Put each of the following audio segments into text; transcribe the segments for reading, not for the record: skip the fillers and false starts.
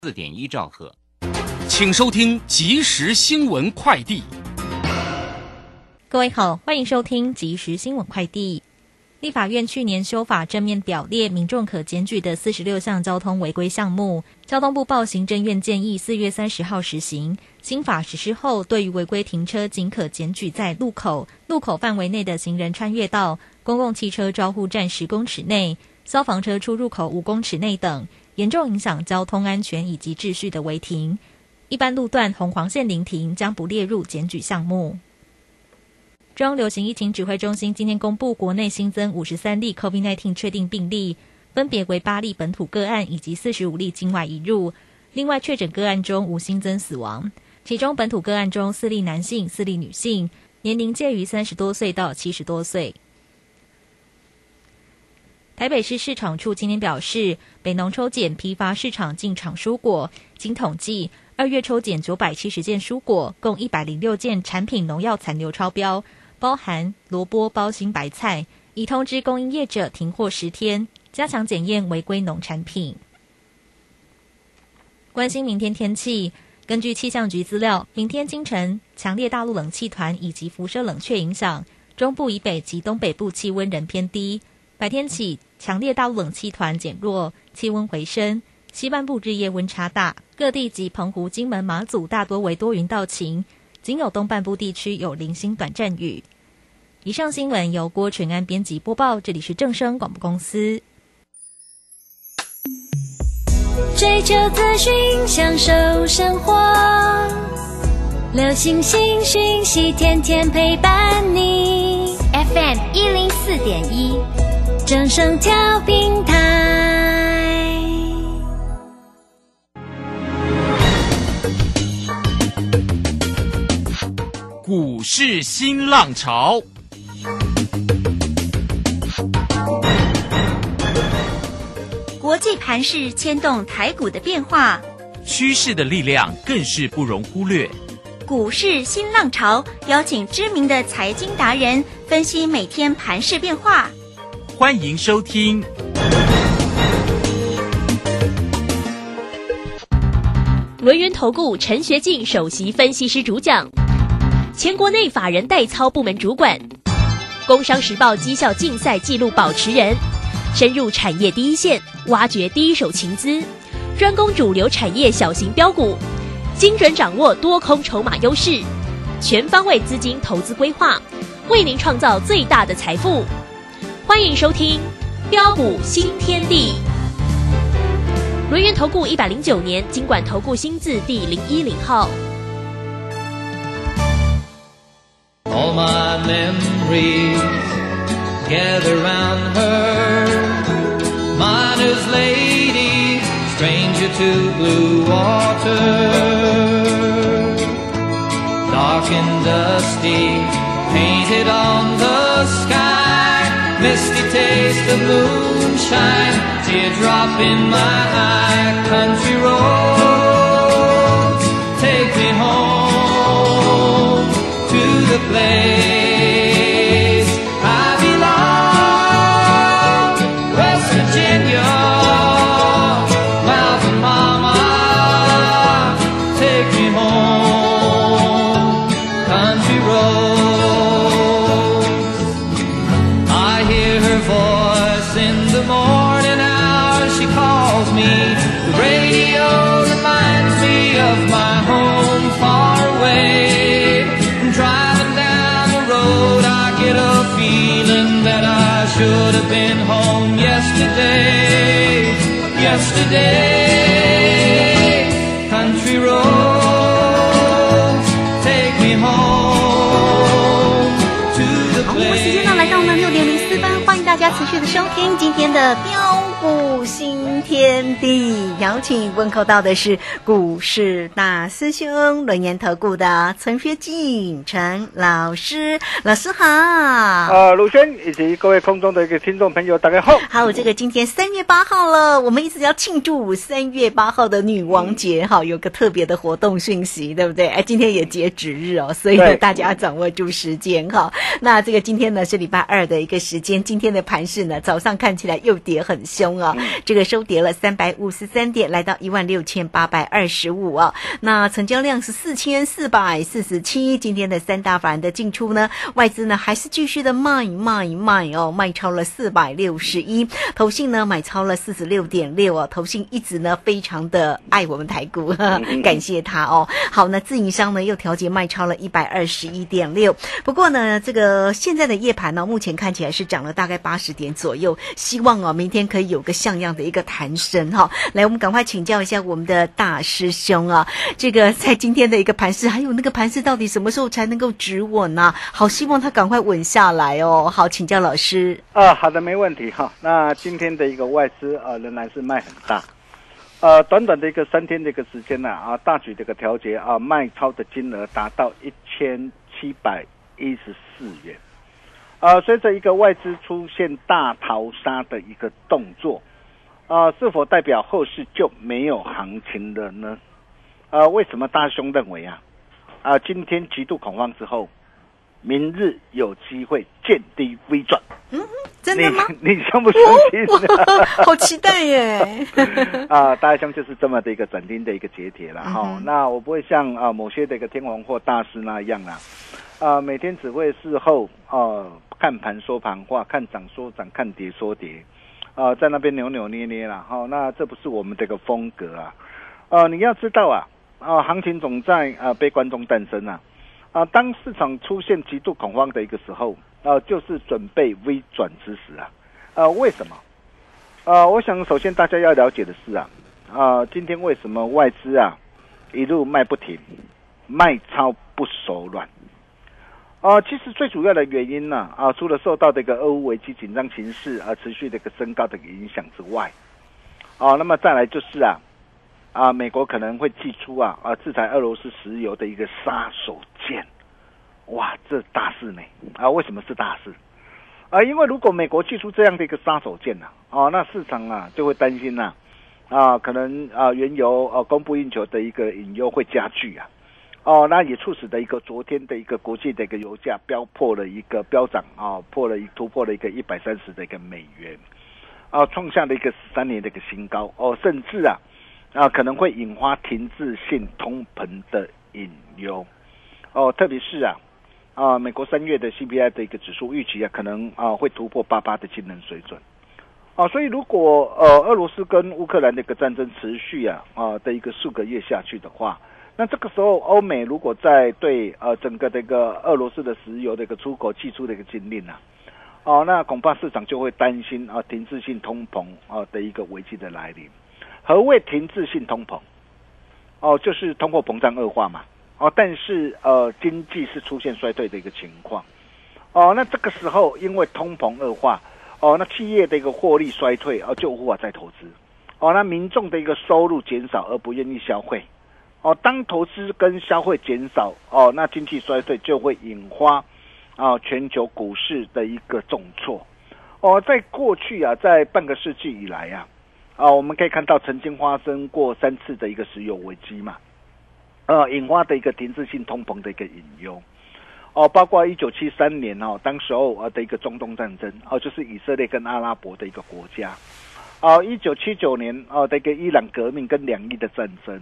4.1兆赫。 请收听即时新闻快递。 各位好，欢迎收听即时新闻快递。立法院去年修法正面表列民众可检举的46项交通违规项目，交通部报行政院建议4月30号实行。新法实施后，对于违规停车仅可检举在路口范围内的行人穿越道、公共汽车招呼站10公尺内、消防车出入口5公尺内等，严重影响交通安全以及秩序的违停。一般路段红黄线临停将不列入检举项目。中央流行疫情指挥中心今天公布，国内新增53例 COVID-19 确定病例，分别为8例本土个案以及45例境外移入。另外确诊个案中无新增死亡，其中本土个案中4例男性4例女性，年龄介于30多岁到70多岁。台北市市场处今天表示，北农抽检批发市场进场蔬果，经统计2月抽检970件蔬果，共106件产品农药残留超标，包含萝卜、包心白菜，已通知供应业者停货10天，加强检验违规农产品。关心明天天气，根据气象局资料，明天清晨强烈大陆冷气团以及辐射冷却影响，中部以北及东北部气温仍偏低。白天起强烈大陆冷气团减弱，气温回升，西半部日夜温差大，各地及澎湖、金门、马祖大多为多云到晴，仅有东半部地区有零星短暂雨。以上新闻由郭纯安编辑播报，这里是正声广播公司。 追求资讯，享受生活，流行新讯息，天天陪伴你。FM 104.1，正声调频台。 股市新浪潮， 国际盘势牵动台股的变化， 趋势的力量更是不容忽略。 股市新浪潮邀请知名的财经达人分析每天盘势变化。 欢迎收听轮源投顾陈学进首席分析师主讲，前国内法人代操部门主管，工商时报绩效竞赛纪录保持人，深入产业第一线，挖掘第一手情资，专攻主流产业小型标股，精准掌握多空筹码优势，全方位资金投资规划，为您创造最大的财富。欢迎收听标股新天地。轮源投顾109年金管投顾新字第010号。 All my memories gather round her, miner's lady, stranger to blue water, dark and dusty, painted on the sky, misty taste of moonshine, teardrop in my eye, country roads, take me home to the place I belong, West Virginia, mountain mama, take me home, country roads. I hear her voice in the morning hours, she calls me, the radio reminds me of my home far away. Driving down the road, I get a feeling that I should have been home yesterday, yesterday. Country roads, take me home to the place. 时间呢来到了6点04分，欢迎大家持续的收听今天的标股新天地，邀请问候到的是股市大师兄轮研投顾的陈学进陈老师，老师好。 鲁轩以及各位空中的一个听众朋友，大家好。 好，这个今天3月8号了，我们一直要庆祝3月8号的女王节哈，有个特别的活动讯息，对不对？今天也截止日哦，所以大家掌握住时间哈。那这个今天呢是礼拜2的一个时间，今天的盘势呢早上看起来又跌很凶中啊，这个收跌了353点，来到16825啊。那成交量是4447，今天的三大法人的进出呢，外资呢还是继续的卖哦，卖超了461，投信呢买超了46.6哦，投信一直呢非常的爱我们台股，感谢他哦。好，那自营商呢又调节卖超了121.6，不过呢这个现在的夜盘呢，目前看起来是涨了大概80点左右，希望哦明天可以有个像样的一个弹升哈。来，我们赶快请教一下我们的大师兄啊，这个在今天的一个盘势，还有那个盘势到底什么时候才能够止稳啊？好，希望它赶快稳下来哦。好，请教老师。 好的，没问题哈。那今天的一个外资仍然是卖很大，短短的一个3天的一个时间呢大举的一个调节卖超的金额达到1714元。随着一个外资出现大逃杀的一个动作，是否代表后市就没有行情了呢？为什么大兄认为今天极度恐慌之后，明日有机会见低微转？ 真的吗？ 你相不相信？ 好期待耶！ 大兄就是这么的一个斩钉的一个截铁了哈。那我不会像某些的一个天王或大师那样每天只会事后看盘说盘话，看涨说涨，看跌说跌，在那边扭扭捏捏啦。那这不是我们这个风格你要知道行情总在悲观中诞生当市场出现极度恐慌的一个时候，就是准备微转之时为什么？我想首先大家要了解的是今天为什么外资一路卖不停，卖超不手软？其实最主要的原因除了受到这个俄乌危机紧张情势持续的一个升高的影响之外，那么再来就是美国可能会祭出制裁俄罗斯石油的一个杀手锏。哇，这大事呢为什么是大事？因为如果美国祭出这样的一个杀手锏那市场就会担心可能原油供不应求的一个隐忧会加剧那也促使的一个昨天的一个国际的一个油价飙涨突破了一个130的一个美元创下了一个13年的一个新高甚至可能会引发停滞性通膨的隐忧特别是美国3月的 CPI 的一个指数预期可能会突破88的惊人水准所以如果俄罗斯跟乌克兰的一个战争持续的一个数个月下去的话，那这个时候欧美如果在对整个这个俄罗斯的石油的一个出口祭出的一个禁令那恐怕市场就会担心停滞性通膨的一个危机的来临。何谓停滞性通膨？就是通货膨胀恶化嘛但是经济是出现衰退的一个情况那这个时候因为通膨恶化那企业的一个获利衰退就无法再投资那民众的一个收入减少而不愿意消费当投资跟消费减少那经济衰退就会引发全球股市的一个重挫在过去在半个世纪以来我们可以看到曾经发生过3次的一个石油危机嘛引发的一个停滞性通膨的一个隐忧包括1973年当时候的一个中东战争就是以色列跟阿拉伯的一个国家1979年的一个伊朗革命跟两伊的战争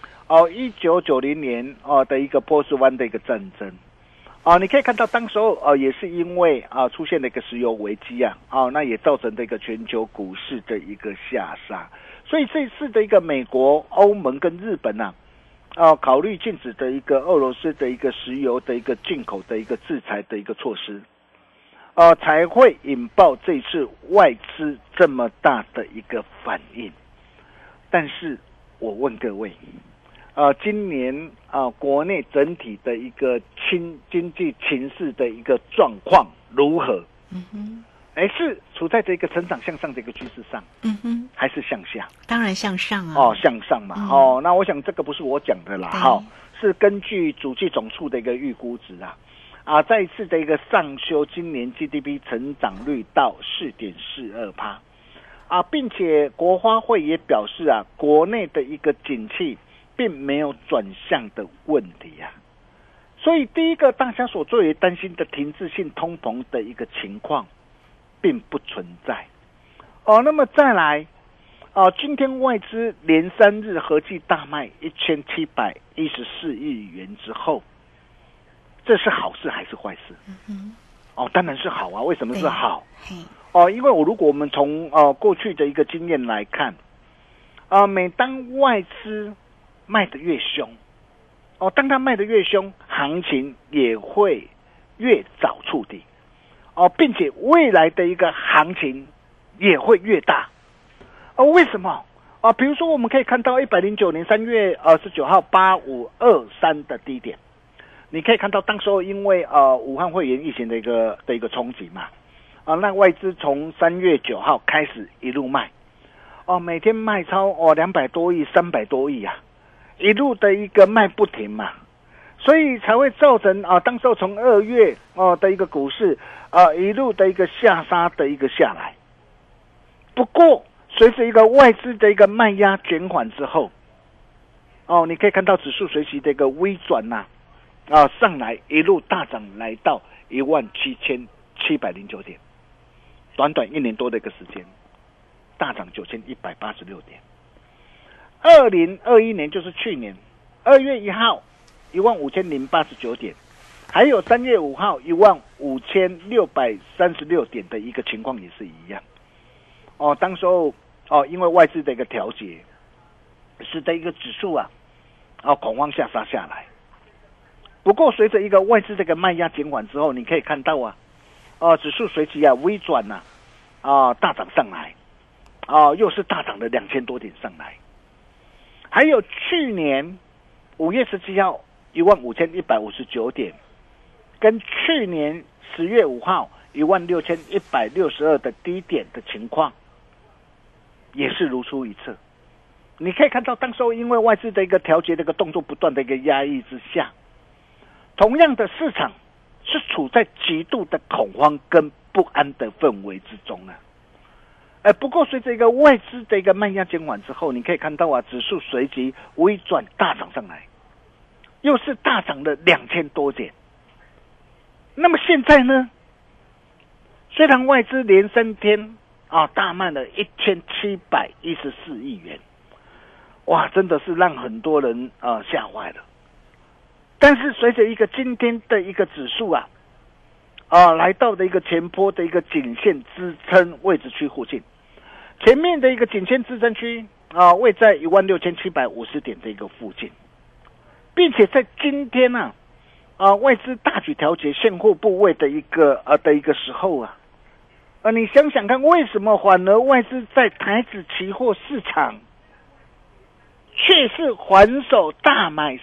1990年的一个波斯湾的一个战争你可以看到当时候也是因为出现了一个石油危机那也造成的一个全球股市的一个下杀。所以这次的一个美国、欧盟跟日本考虑禁止的一个俄罗斯的一个石油的一个进口的一个制裁的一个措施才会引爆这次外资这么大的一个反应。但是我问各位今年国内整体的一个经济情势的一个状况如何？是处在这个成长向上的一个趋势上，还是向下？ 当然向上向上嘛，那我想这个不是我讲的啦，是根据主计总处的一个预估值再一次的一个上修今年 GDP 成长率到 4.42%并且国发会也表示国内的一个景气并没有转向的问题所以第一个大家所最为担心的停滞性通膨的一个情况并不存在那么再来今天外资连3日合计大卖1714亿元之后，这是好事还是坏事？当然是好啊。为什么是好？因为如果我们从过去的一个经验来看，每当外资卖得越凶，当它卖得越凶，行情也会越早触底，并且未来的一个行情也会越大。为什么？比如说我们可以看到109年3月19号8523的低点，你可以看到当时候因为武汉肺炎疫情的一个冲击嘛，那外资从3月9号开始一路卖，每天卖超200多亿300多亿啊，一路的一个卖不停嘛，所以才会造成当时候从2月的一个股市一路的一个下杀的一个下来。不过随着一个外资的一个卖压减缓之后，你可以看到指数随即的一个微转上来一路大涨来到17709点，短短1年多的一个时间大涨9186点。2021年就是去年2月1号15089点，还有3月5号15636点的一个情况也是一样。当时候因为外资的一个调节，使得一个指数恐慌下杀下来。不过随着一个外资这个卖压减缓之后，你可以看到指数随即微转大涨上来，又是大涨了2000多点上来。还有去年5月17号15159点，跟去年10月5号16162的低点的情况也是如出一辙。你可以看到当时候因为外资的一个调节的一个动作不断的一个压抑之下，同样的市场是处在极度的恐慌跟不安的氛围之中不过随着一个外资的一个卖压减缓之后，你可以看到指数随即微转大涨上来，又是大涨了2000多点。那么现在呢，虽然外资连3天大卖了1714亿元，哇，真的是让很多人吓坏了。但是随着一个今天的一个指数来到的一个前波的一个颈线支撑位置区附近，前面的一个颈线支撑区位在16750点的一个附近，并且在今天外资大举调节现货部位的一个时候你想想看，为什么反而外资在台指期货市场却是还手大买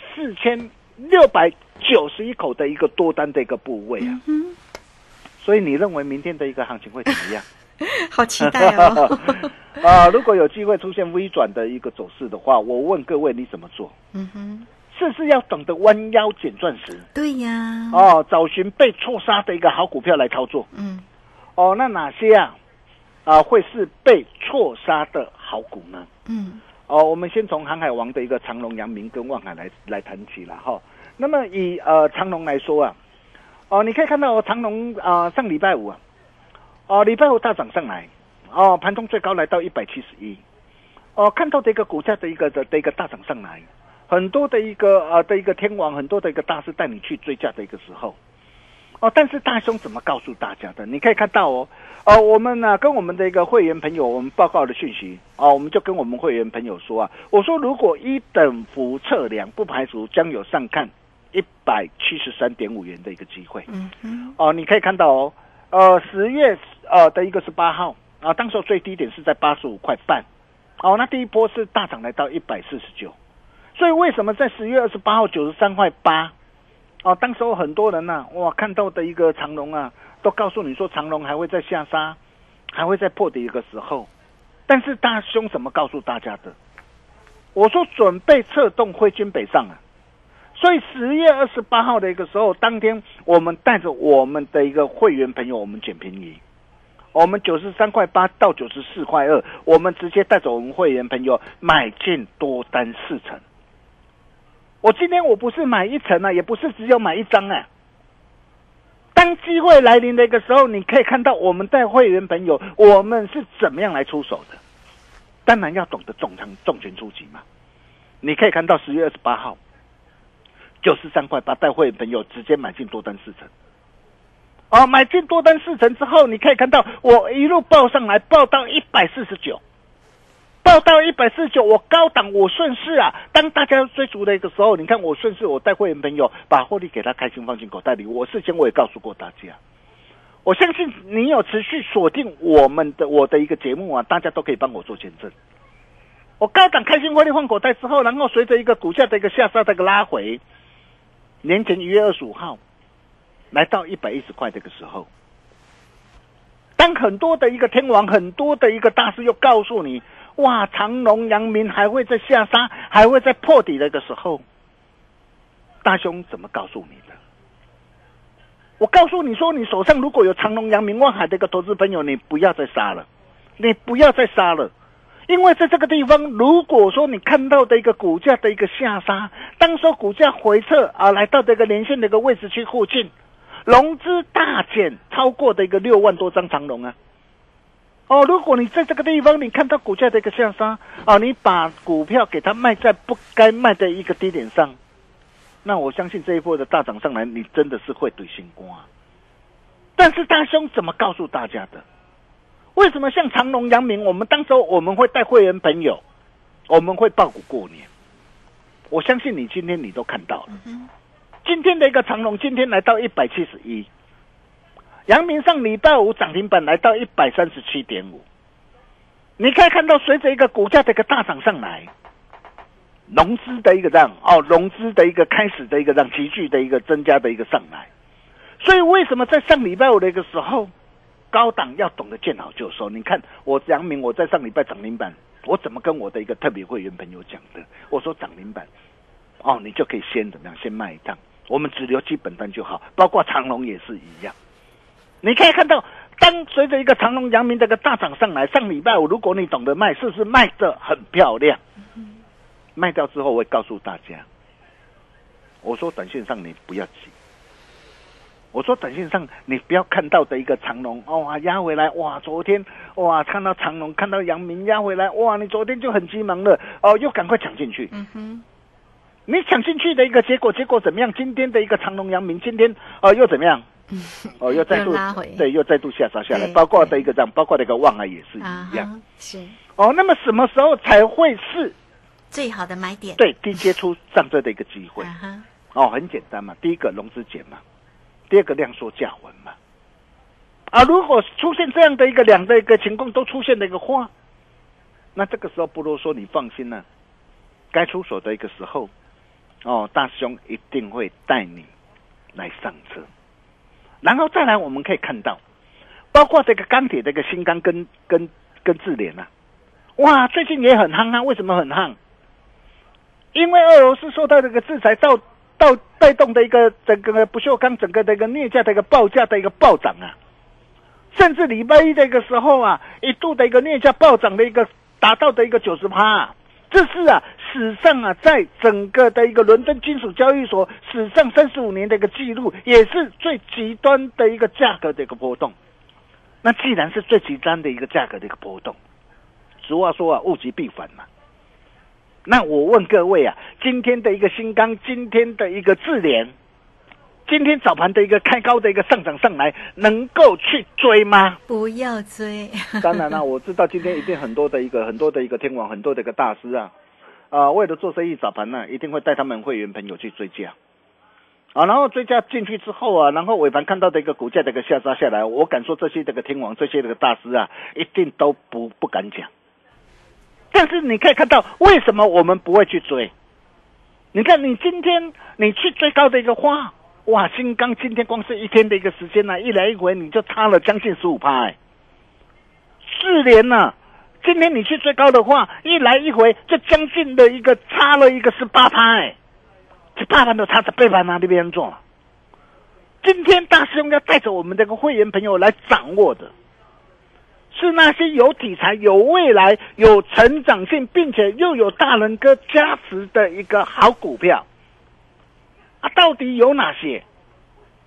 4691口的一个多单的一个部位所以你认为明天的一个行情会怎么样？ 好期待哦！ 如果有机会出现微转的一个走势的话，我问各位你怎么做？是不是要懂得弯腰捡钻石？ 对呀。 找寻被错杀的一个好股票来操作。那哪些会是被错杀的好股呢？我们先从航海王的一个长荣、阳明跟万海来谈起了哈。那么以长荣来说你可以看到长荣上礼拜五礼拜五大涨上来盘中最高来到171看到的一个股价的一个大涨上来，很多的一个天王，很多的一个大师带你去追价的一个时候但是大兄怎么告诉大家的？你可以看到我们跟我们的一个会员朋友，我们报告的讯息我们就跟我们会员朋友说我说如果依等幅测量，不排除将有上看173.5元的一个机会。你可以看到10月的一个18号当时最低点是在85块半那第一波是大涨来到149，所以为什么在10月28号93块8当时很多人看到的一个长荣都告诉你说长荣还会再下杀，还会再破底一个时候，但是大兄怎么告诉大家的？我说准备策动挥军北上所以10月28号的一个时候，当天我们带着我们的一个会员朋友，我们捡便宜，我们93块8到94块2，我们直接带着我们会员朋友买进多单4成。我今天我不是买1层也不是只有买1张当机会来临的一个时候，你可以看到我们带会员朋友，我们是怎么样来出手的。当然要懂得重拳出击嘛。你可以看到10月28号93块8，带会员朋友直接买进多单4成。买进多单4成之后，你可以看到我一路报上来，报到149，报到149，我高档我顺势啊，当大家追逐的一个时候，你看我顺势，我带会员朋友把获利给他开心放进口袋里。我事先我也告诉过大家，我相信你有持续锁定我的一个节目啊，大家都可以帮我做见证。我高档开心获利放口袋之后，然后随着一个股价的一个下杀的一个拉回，年前1月25号来到110块这个时候，当很多的一个天王，很多的一个大师又告诉你，哇，长荣、阳明还会再下杀，还会再破底的一个时候，大兄怎么告诉你的？我告诉你说，你手上如果有长荣、阳明、万海的一个投资朋友，你不要再杀了，你不要再杀了。因为在这个地方，如果说你看到的一个股价的一个下杀，当说股价回撤啊，来到这个连线的一个位置区附近，融资大减超过的一个6万多张长荣啊。如果你在这个地方你看到股价的一个下杀你把股票给它卖在不该卖的一个低点上，那我相信这一波的大涨上来，你真的是会对心瓜。但是大兄怎么告诉大家的？为什么像长荣、阳明，我们当时我们会带会员朋友，我们会抱股过年？我相信你今天你都看到了，今天的一个长荣今天来到171，阳明上礼拜5涨停板来到137.5，你可以看到随着一个股价的一个大涨上来，融资的一个融资的一个开始的一个急剧的一个增加的一个上来，所以为什么在上礼拜5的一个时候，高档要懂得见好就收？你看我阳明，我在上礼拜涨停板，我怎么跟我的一个特别会员朋友讲的？我说涨停板你就可以先怎么样，先卖一趟，我们只留基本单就好。包括长荣也是一样，你可以看到，当随着一个长荣、阳明这个大涨上来，上礼拜5如果你懂得卖，是不是卖得很漂亮？卖掉之后，我会告诉大家，我说短线上你不要急。我说短线上你不要看到的一个长荣压回来，哇，昨天哇看到长荣看到阳明压回来，哇，你昨天就很急忙了又赶快抢进去。你抢进去的一个结果怎么样？今天的一个长荣、阳明今天又怎么样？又再度拉回，对，又再度下杀下来，包括的一个这样，包括那个万海也是一样。 是那么什么时候才会是最好的买点？对， 低接出上车的一个机会。很简单嘛，第一个融资减嘛。第二个量缩价稳嘛，如果出现这样的一个两的一个情况都出现的一个话，那这个时候不如说你放心了，该出手的一个时候，大兄一定会带你来上车。然后再来我们可以看到，包括这个钢铁的一个新钢跟智联哇，最近也很夯啊。为什么很夯？因为俄罗斯受到这个制裁到带动的一个整个不锈钢整个的一个镍价的一个报价的一个暴涨甚至礼拜一的一个时候一度的一个镍价暴涨的一个达到的一个90%这是史上在整个的一个伦敦金属交易所史上35年的一个记录，也是最极端的一个价格的一个波动。那既然是最极端的一个价格的一个波动，俗话说物极必反嘛。那我问各位今天的一个新钢，今天的一个智联，今天早盘的一个开高的一个上涨上来，能够去追吗？ 不要追。 当然我知道今天一定很多的一个天王，很多的一个大师为了做生意，早盘一定会带他们会员朋友去追价然后追价进去之后然后尾盘看到的一个股价的一个下杀下来，我敢说这些这个天王，这些这个大师一定都不敢讲。但是你可以看到，为什么我们不会去追？你看，你今天你去追高的一个话，哇，新钢今天光是一天的一个时间一来一回你就差了将近15%智联今天你去追高的话，一来一回就将近的一个差了一个18%这8盘都差10倍盘那边做。今天大师兄要带着我们这个会员朋友来掌握的，是那些有题材、有未来、有成长性，并且又有大人哥加持的一个好股票到底有哪些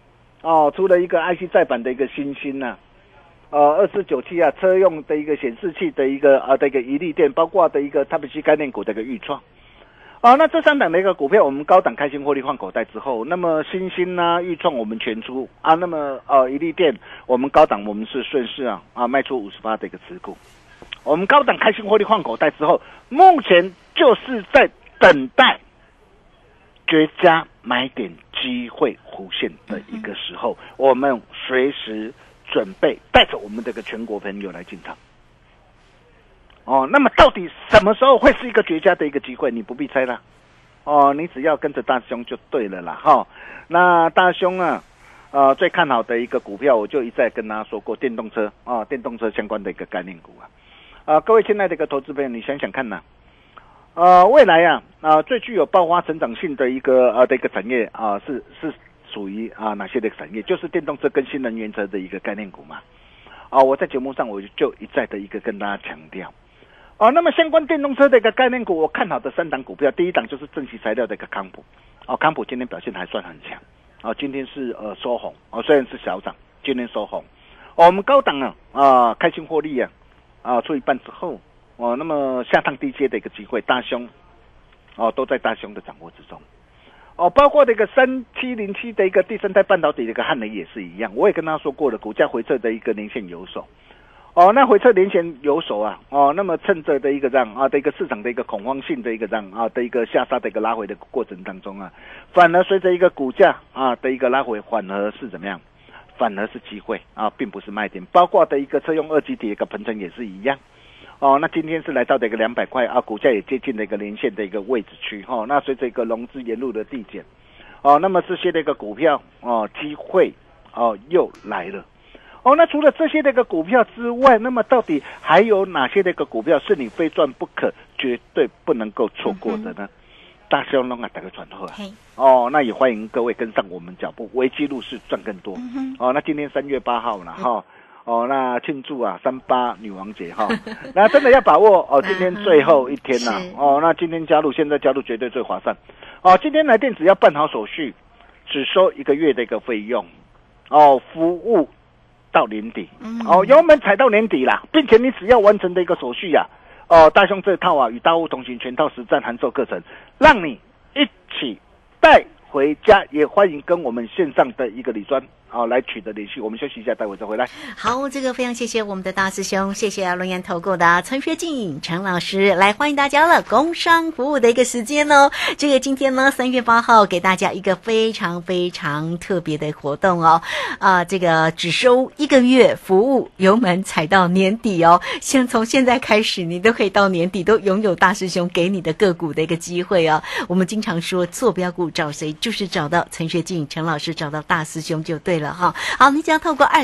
出了一个 IC 再版的一个新兴啊，2497啊，车用的一个显示器的一个移力电，包括的一个 Type-C 概念股的一个预创。那这3档的一个股票，我们高档开心获利换口袋之后，那么新兴啊、预创我们全出啊，那么移力电我们高档我们是顺势卖出58%的一个持股。我们高档开心获利换口袋之后，目前就是在等待绝佳买点机会弧现的一个时候，我们随时准备带着我们这个全国朋友来进场。那么到底什么时候会是一个绝佳的一个机会？你不必猜啦，你只要跟着大兄就对了啦，那大兄啊，最看好的一个股票，我就一再跟大家说过，电动车相关的一个概念股各位亲爱的一个投资朋友，你想想看呐，未来最具有爆发成长性的一个产业是属于哪些的产业？就是电动车跟新能源车的一个概念股嘛。我在节目上我就一再的一个跟大家强调。那么相关电动车的一个概念股，我看好的3档股票，第一档就是正极材料的一个康普。康普今天表现还算很强。今天是收红。虽然是小涨，今天收红。我们高档开心获利出一半之后，那么下趟低阶的一个机会，大兄都在大兄的掌握之中。包括这个3707的一个第三代半导体的一个汉磊也是一样，我也跟他说过了，股价回撤的一个年线有手。那回撤年线有手那么趁着的一个这样的一个市场的一个恐慌性的一个这样的一个下杀的一个拉回的过程当中反而随着一个股价的一个拉回，反而是怎么样？反而是机会并不是卖点。包括的一个车用二极体的一个鹏程也是一样。那今天是来到的一个200块股价也接近了一个连线的一个位置区那随着一个融资沿路的递减那么这些的一个股票机会又来了那除了这些的一个股票之外，那么到底还有哪些的一个股票是你非赚不可、绝对不能够错过的呢？大兄弄打个传呼那也欢迎各位跟上我们脚步，危机入市赚更多那今天3月8号了那庆祝38女王节那真的要把握今天最后一天那今天现在加入绝对最划算今天来电只要办好手续，只收1个月的一个费用服务到年底油门踩到年底啦，并且你只要完成的一个手续大兄这套与大户同行全套实战函授课程，让你一起带回家，也欢迎跟我们线上的一个理专来取得联系。我们休息一下，待会再回来。 好，这个非常谢谢我们的大师兄，谢谢龙岩投顾的陈学进陈老师来欢迎大家了。工商服务的一个时间这个今天呢3月8号给大家一个非常非常特别的活动这个只收1个月服务，油门踩到年底从现在开始你都可以到年底都拥有大师兄给你的个股的一个机会我们经常说做标股找谁，就是找到陈学进陈老师，找到大师兄就对了好，你只要透过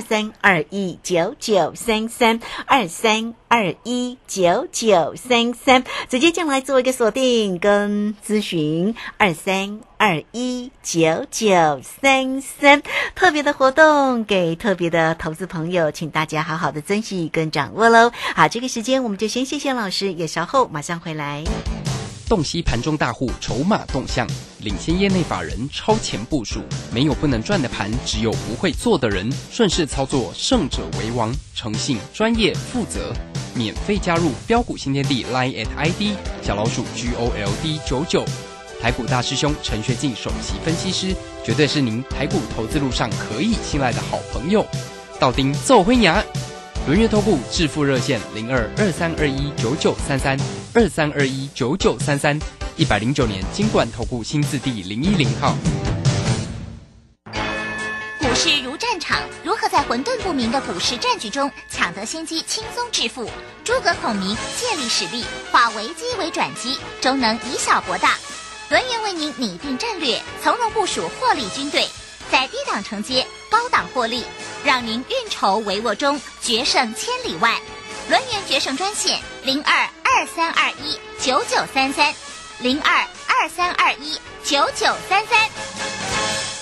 2321993323219933直接进来做一个锁定跟咨询23219933，特别的活动给特别的投资朋友，请大家好好的珍惜跟掌握咯。好，这个时间我们就先谢谢老师，也稍后马上回来。 洞悉盘中大户筹码动向，领先业内法人超前部署，没有不能赚的盘，只有不会做的人。顺势操作，胜者为王。诚信、专业、负责，免费加入标股新天地 Line ID 小老鼠 GOLD99。台股大师兄陈学进首席分析师，绝对是您台股投资路上可以信赖的好朋友。道丁奏辉牙。轮月投顾致富热线022321993323219933，109年金管投顾新字第010号。 股市如战场，如何在混沌不明的股市战局中抢得先机，轻松致富？诸葛孔明借力使力，化危机为转机，终能以小博大。轮源为您拟定战略，从容部署获利军队，在低档承接，高档获利，让您运筹帷幄中决胜千里外。轮源决胜专线0223219933，0223219933。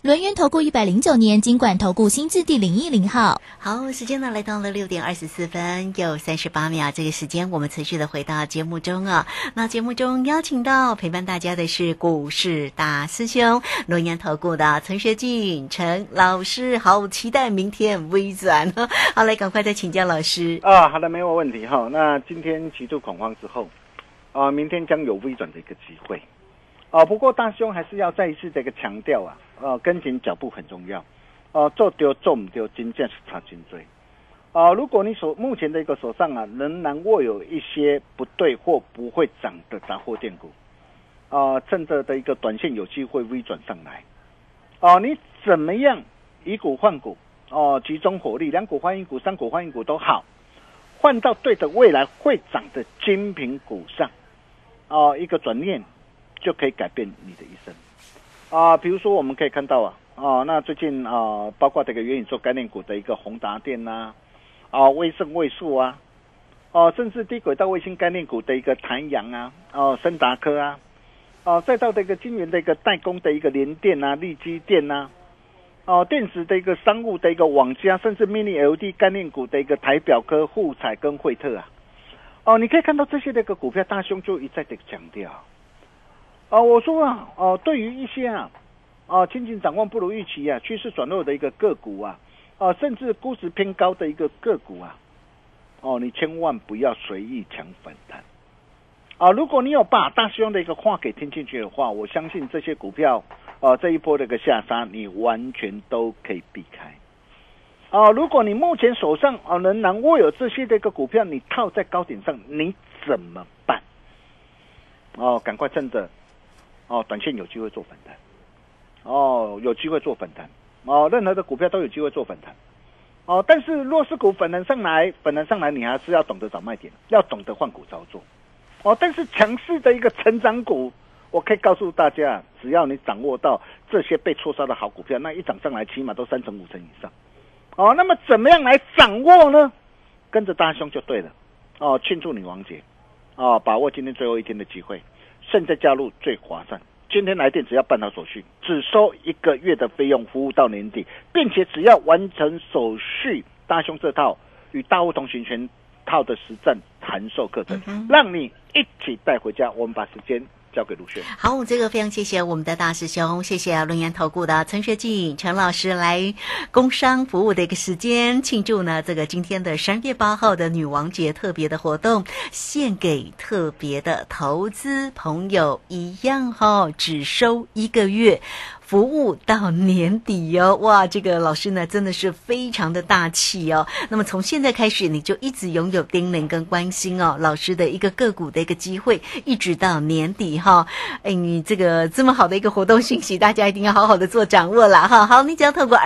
轮源投顾109年金管投顾新字第010号。 好，时间呢来到了6点24分又38秒，这个时间我们持续的回到节目中啊。那节目中邀请到陪伴大家的是股市大师兄轮源投顾的陈学进陈老师，好期待明天微转。好，来赶快再请教老师啊。好的，没有问题哈。那今天极度恐慌之后明天将有微转的一个机会不过大兄还是要再一次的一个强调跟紧脚步很重要做对做不对真正是差真多如果你目前的一个手上仍然握有一些不对或不会涨的杂货店股趁着的一个短线有机会微转上来你怎么样以股换股集中火力，2股换1股，3股换1股都好，换到对的未来会涨的精品股上一个转念就可以改变你的一生比如说我们可以看到那最近包括这个元宇宙概念股的一个宏达电威盛位数甚至低轨道卫星概念股的一个台阳森达科再到这个晶圆的一个代工的一个联电力积电电子的一个商务的一个网家，甚至 mini LED 概念股的一个台表科、富彩跟惠特你可以看到这些的一个股票，大兄就一再的强调我说对于一些前景展望不如预期趋势转弱的一个个股甚至估值偏高的一个个股你千万不要随意抢反弹如果你有把大兄的一个话给听进去的话，我相信这些股票这一波的一个下杀你完全都可以避开如果你目前手上仍然握有这些的一个股票，你套在高点上，你怎么办赶快趁着短线有机会做反弹有机会做反弹任何的股票都有机会做反弹但是弱势股反弹上来你还是要懂得找卖点，要懂得换股操作但是强势的一个成长股，我可以告诉大家，只要你掌握到这些被错杀的好股票，那一涨上来起码都3成5成以上那么怎么样来掌握呢？跟着大兄就对了庆祝女王节把握今天最后一天的机会，现在加入最划算，今天来电只要办好手续，只收1个月的费用，服务到年底，并且只要完成手续，大兄这套与大户同行全套的实战函授课程让你一起带回家。我们把时间交给卢轩。 好，这个非常谢谢我们的大师兄，谢谢轮源投顾的陈学进陈老师来工商服务的一个时间，庆祝呢这个今天的3月8号的女王节特别的活动，献给特别的投资朋友一样只收1个月，服务到年底哇，这个老师呢真的是非常的大气那么从现在开始，你就一直拥有叮咛跟关心老师的一个个股的一个机会，一直到年底你这个这么好的一个活动讯息，大家一定要好好的做掌握啦好，你只要透过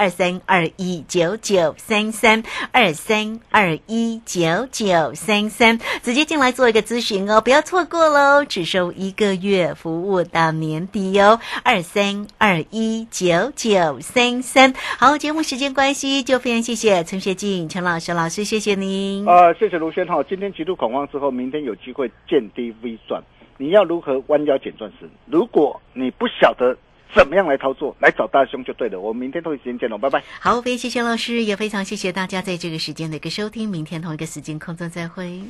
23219933 23219933直接进来做一个咨询不要错过咯，只收1个月，服务到年底23219933。好，节目时间关系，就非常谢谢陈学进陈老师，谢谢您谢谢卢轩今天极度恐慌之后，明天有机会见低微转，你要如何弯腰捡钻石？如果你不晓得怎么样来操作，来找大兄就对了。我们明天同一时间见喽，拜拜。 好，非常谢谢老师，也非常谢谢大家在这个时间的一个收听，明天同一个时间空中再会。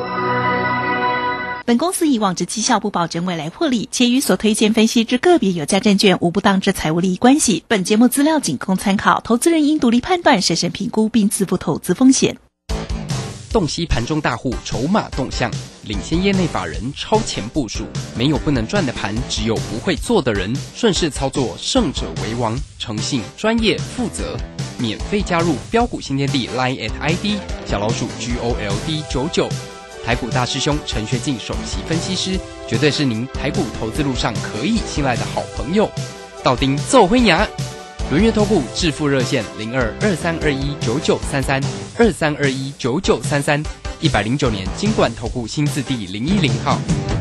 本公司以往之绩效不保证未来获利，且与所推荐分析之个别有价证券无不当之财务利益关系。本节目资料仅供参考，投资人应独立判断、审慎评估并自负投资风险。 洞悉盘中大户筹码动向，领先业内法人超前部署，没有不能赚的盘，只有不会做的人。顺势操作，胜者为王。诚信、专业、负责，免费加入标股新天地 Line @ID 小老鼠 GOLD99。台股大师兄陈学进首席分析师，绝对是您台股投资路上可以信赖的好朋友。道丁奏辉牙，轮源投顾致富热线0223219933 23219933，109年金管投顾新字第010号。